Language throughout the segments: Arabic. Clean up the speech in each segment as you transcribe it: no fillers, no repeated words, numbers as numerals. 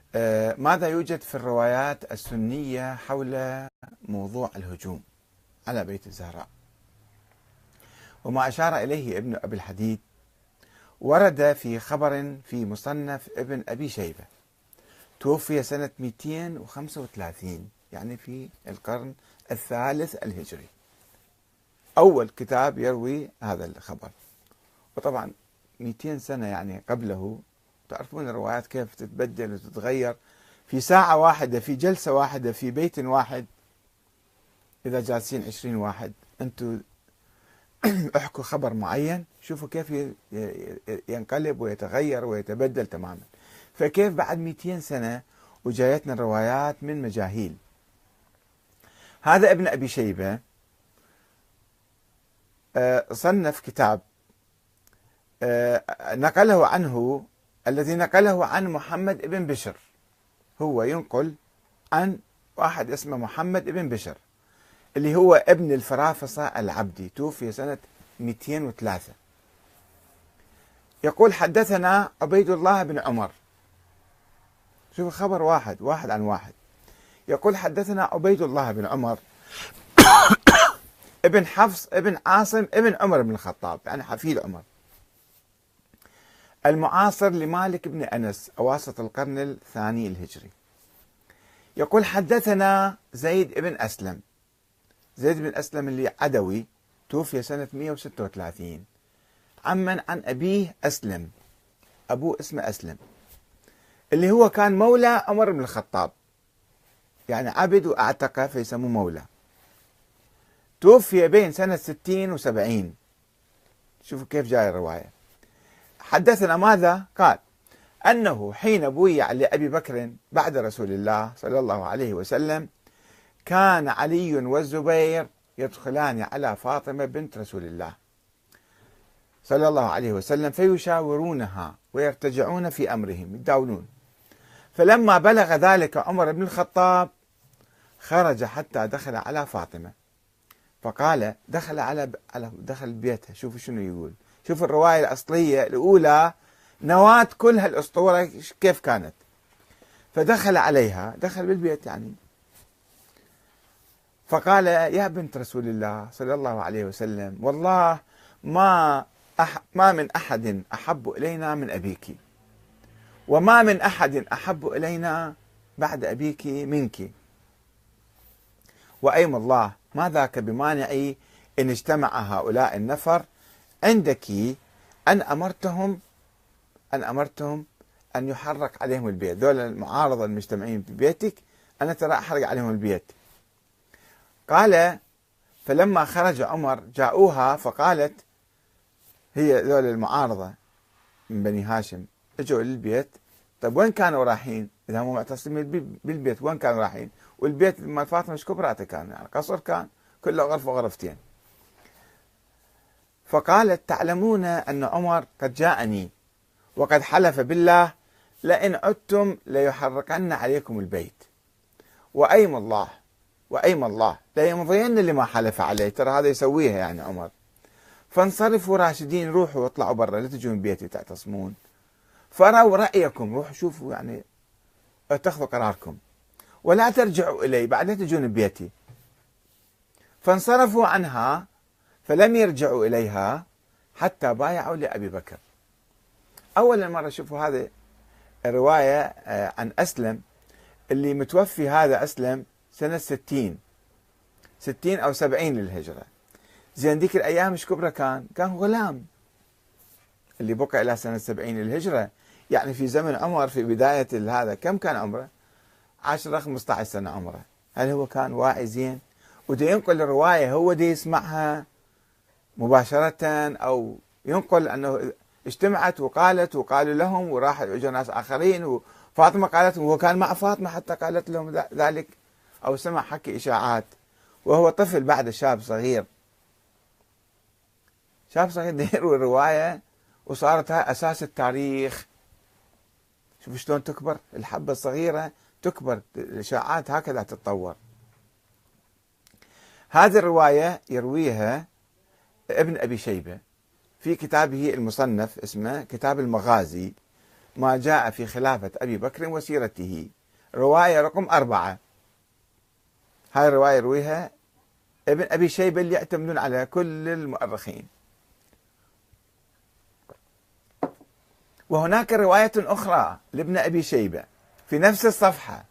ماذا يوجد في الروايات السنية حول موضوع الهجوم على بيت الزهراء؟ وما أشار إليه ابن أبي الحديد ورد في خبر في مصنف ابن أبي شيبة، توفي سنة 235، يعني في القرن الثالث الهجري، أول كتاب يروي هذا الخبر. وطبعا 200 سنة يعني قبله، تعرفون الروايات كيف تتبدل وتتغير في ساعة واحدة، في جلسة واحدة، في بيت واحد. إذا جالسين 20 واحد أنتم احكوا خبر معين، شوفوا كيف ينقلب ويتغير ويتبدل تماما. فكيف بعد 200 سنة وجايتنا الروايات من مجاهيل؟ هذا ابن أبي شيبة صنف كتاب نقله عنه، الذي نقله عن محمد بن بشر. هو ينقل عن واحد اسمه محمد بن بشر، اللي هو ابن الفرافصة العبدي، توفي سنة 203. يقول: حدثنا عبيد الله بن عمر. شوف الخبر واحد عن واحد. يقول: حدثنا عبيد الله بن عمر ابن حفص ابن عاصم ابن عمر بن الخطاب، يعني حفيد عمر، المعاصر لمالك بن أنس أواسط القرن الثاني الهجري. يقول: حدثنا زيد بن أسلم. زيد بن أسلم اللي عدوي، توفي سنة 136. عمن عن أبيه أسلم، أبوه اسمه أسلم، اللي هو كان مولى عمر بن الخطاب، يعني عبد وأعتق فيسموه مولى. توفي بين سنة 60 و70. شوفوا كيف جاي الرواية. حدثنا ماذا؟ قال: أنه حين بويع لأبي بكر بعد رسول الله صلى الله عليه وسلم، كان علي والزبير يدخلان على فاطمة بنت رسول الله صلى الله عليه وسلم فيشاورونها ويرتجعون في أمرهم، يتداولون. فلما بلغ ذلك عمر بن الخطاب خرج حتى دخل على فاطمة، فقال دخل بيتها. شوفوا شنو يقول، شوف الرواية الأصلية الأولى، نواة كل هالأسطورة كيف كانت. فدخل عليها، دخل بالبيت يعني، فقال: يا بنت رسول الله صلى الله عليه وسلم، والله ما من أحد أحب إلينا من أبيك، وما من أحد أحب إلينا بعد أبيك منك، وأيم الله ما ذاك بمانع إن اجتمع هؤلاء النفر عندك أن أمرتهم أن يحرق عليهم البيت. ذول المعارضة المجتمعين في بيتك، أنا ترى أحرق عليهم البيت. قال: فلما خرج عمر جاءوها، فقالت هي ذول المعارضة من بني هاشم اجوا للبيت. طيب وين كانوا رايحين؟ إذا هم معتصمين بالبيت وين كانوا رايحين؟ والبيت مال فاطمة مش كبراته كان، يعني قصر كان كله غرفة وغرفتين. فقالت: تعلمون أن عمر قد جاءني وقد حلف بالله لئن عدتم ليحرقن عليكم البيت، وأيم الله ليمضين لما حلف عليه. ترى هذا يسويها يعني عمر. فانصرفوا راشدين، روحوا واطلعوا برا، لا تجون بيتي تعتصمون. فروا رأيكم، روحوا شوفوا يعني اتخذوا قراركم، ولا ترجعوا إلي بعد، لا تجون بيتي. فانصرفوا عنها فلم يرجعوا إليها حتى بايعوا لأبي بكر. أول مرة شوفوا هذه الرواية عن أسلم، اللي متوفي هذا أسلم سنة 60 أو 70 للهجرة. زين ذيك الأيام مش كبرى، كان غلام، اللي بقى إلى سنة 70 للهجرة، يعني في زمن عمر في بداية هذا كم كان عمره؟ 10 15 سنة عمره. هل هو كان واعي زين ودي ينقل الرواية، هو دي يسمعها مباشرة، أو ينقل أنه اجتمعت وقالت وقالوا لهم وراح اجوا ناس آخرين وفاطمة قالت، وهو كان مع فاطمة حتى قالت لهم ذلك، أو سمع حكي إشاعات وهو طفل بعد، شاب صغير يروي الرواية، وصارت هاي أساس التاريخ. شوف شلون تكبر الحبة الصغيرة، تكبر الإشاعات هكذا تتطور. هذه الرواية يرويها ابن أبي شيبة في كتابه المصنف، اسمه كتاب المغازي، ما جاء في خلافة أبي بكر وسيرته، رواية رقم 4. هاي الرواية يرويها ابن أبي شيبة اللي يعتمدون على كل المؤرخين. وهناك رواية أخرى لابن أبي شيبة في نفس الصفحة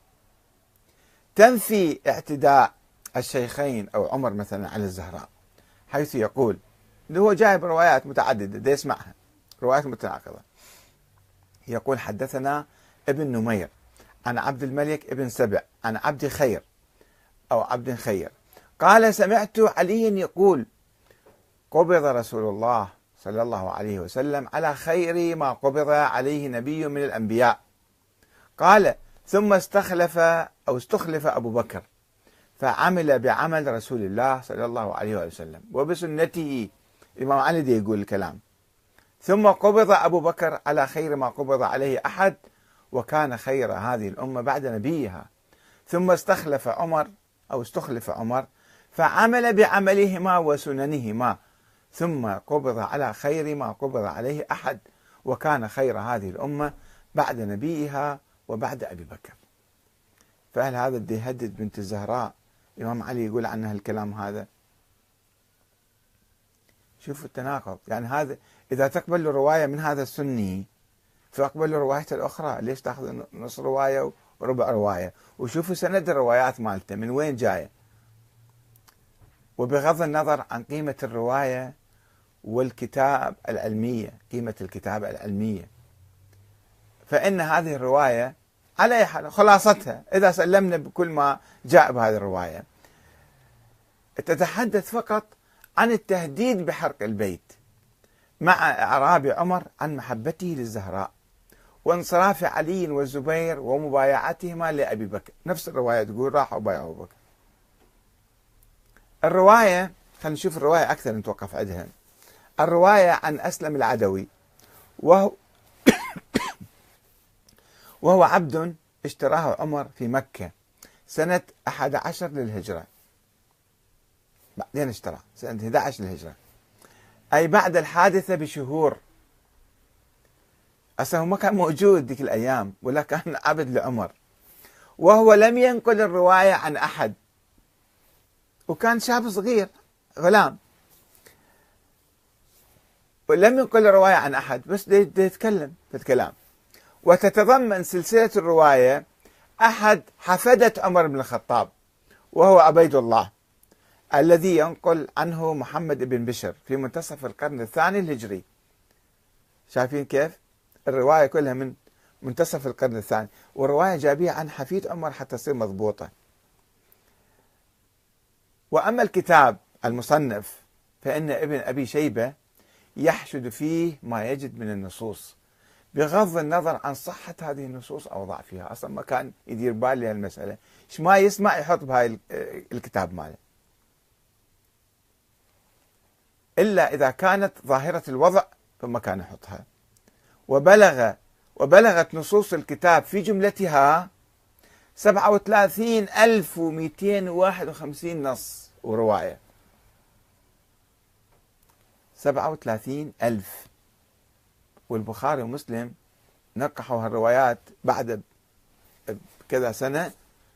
تنفي اعتداء الشيخين أو عمر مثلا على الزهراء، حيث يقول، اللي هو جايب روايات متعددة دي يسمعها، روايات متناقضة. يقول: حدثنا ابن نمير عن عبد الملك ابن سبع عن عبد خير أو عبد خير قال: سمعت علي يقول: قبض رسول الله صلى الله عليه وسلم على خير ما قبض عليه نبي من الأنبياء. قال: ثم استخلف أبو بكر فعمل بعمل رسول الله صلى الله عليه وسلم وبسنته. الإمام علي دي يقول الكلام. ثم قبض أبو بكر على خير ما قبض عليه أحد، وكان خير هذه الأمة بعد نبيها. ثم استخلف عمر فعمل بعملهما وسننهما، ثم قبض على خير ما قبض عليه أحد، وكان خير هذه الأمة بعد نبيها وبعد أبي بكر. فهل هذا بده يهدد بنت الزهراء؟ الإمام علي يقول عنها الكلام هذا. شوفوا التناقض. يعني هذا إذا تقبل رواية من هذا السني فاقبل روايته الأخرى، ليش تأخذ نص رواية وربع رواية؟ وشوفوا سند الروايات مالته من وين جاية. وبغض النظر عن قيمة الرواية والكتاب العلمية، قيمة الكتاب العلمية، فإن هذه الرواية على أي حال خلاصتها إذا سلمنا بكل ما جاء بهذه الرواية تتحدث فقط عن التهديد بحرق البيت، مع إعراب عمر عن محبته للزهراء وانصراف علي والزبير ومبايعتهما لأبي بكر. نفس الرواية تقول راحوا بايعوا أبو بكر. الرواية، خلينا نشوف الرواية أكثر نتوقف عندها. الرواية عن أسلم العدوي وهو عبد اشتراه عمر في مكة سنة 11 للهجرة، بعدين اشتراه سنة 11 للهجرة، أي بعد الحادثة بشهور. أصلا ما كان موجود ذيك الأيام ولا كان عبد لعمر، وهو لم ينقل الرواية عن أحد، وكان شاب صغير غلام، ولم ينقل الرواية عن أحد، بس يتكلم في الكلام. وتتضمن سلسلة الرواية أحد حفدة عمر بن الخطاب، وهو عبيد الله، الذي ينقل عنه محمد بن بشر في منتصف القرن الثاني الهجري. شايفين كيف؟ الرواية كلها من منتصف القرن الثاني، والرواية جابية عن حفيد عمر حتى تصير مضبوطة. وأما الكتاب المصنف فإن ابن أبي شيبة يحشد فيه ما يجد من النصوص، بغض النظر عن صحة هذه النصوص أو ضعفها. أصلا ما كان يدير بال لهالمسألة، إيش ما يسمع يحط بهاي الكتاب ماله، إلا إذا كانت ظاهرة الوضع فما كان يحطها. وبلغت نصوص الكتاب في جملتها 37,251 نص ورواية. 37,000. والبخاري ومسلم نقحوا هالروايات بعد كذا سنة،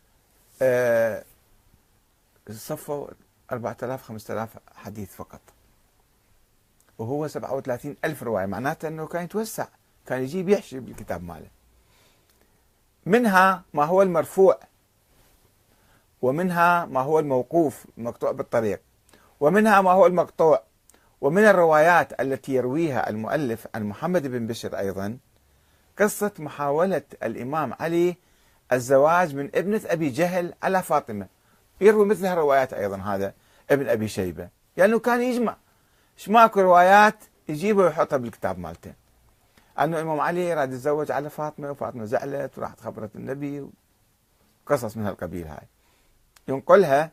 صفوا 4,000 5,000 حديث فقط، وهو 37,000 رواية. معناته أنه كان يتوسع، كان يجيب يحشي بالكتاب ماله. منها ما هو المرفوع، ومنها ما هو الموقوف مقطوع بالطريق، ومنها ما هو المقطوع. ومن الروايات التي يرويها المؤلف عن محمد بن بشر أيضا قصة محاولة الإمام علي الزواج من ابنة أبي جهل على فاطمة، يروي مثل الروايات أيضا هذا ابن أبي شيبة، لأنه كان يجمع ماكو روايات يجيبها ويحطها بالكتاب مالته، أنه الإمام علي راد يتزوج على فاطمة وفاطمة زعلت وراحت خبرت النبي، قصص من هالقبيل هاي ينقلها.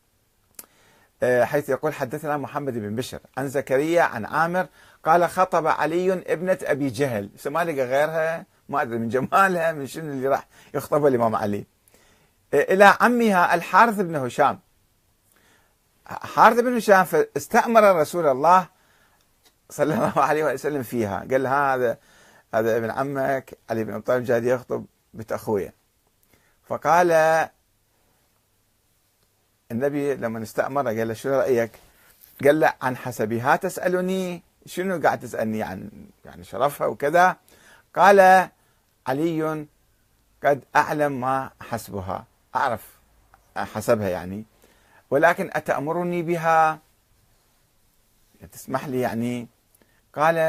حيث يقول: حدثنا محمد بن بشر عن زكريا عن عامر قال: خطب علي ابنة أبي جهل، ما لقى غيرها، ما أدري من جمالها من شنو اللي راح يخطبها الإمام علي، إلى عمها الحارث بن هشام. حارث بن هشام فاستأمر رسول الله صلى الله عليه وسلم فيها، قال هذا هذا ابن عمك علي بن أبي طالب جاي يخطب بنت أخويا. فقال النبي لما استأمر قال له: شو رأيك؟ قال له: عن حسبها تسألني؟ شنو قاعد تسألني عن يعني شرفها وكذا؟ قال: علي قد أعلم ما حسبها، أعرف حسبها يعني، ولكن أتأمرني بها؟ تسمح لي يعني؟ قال: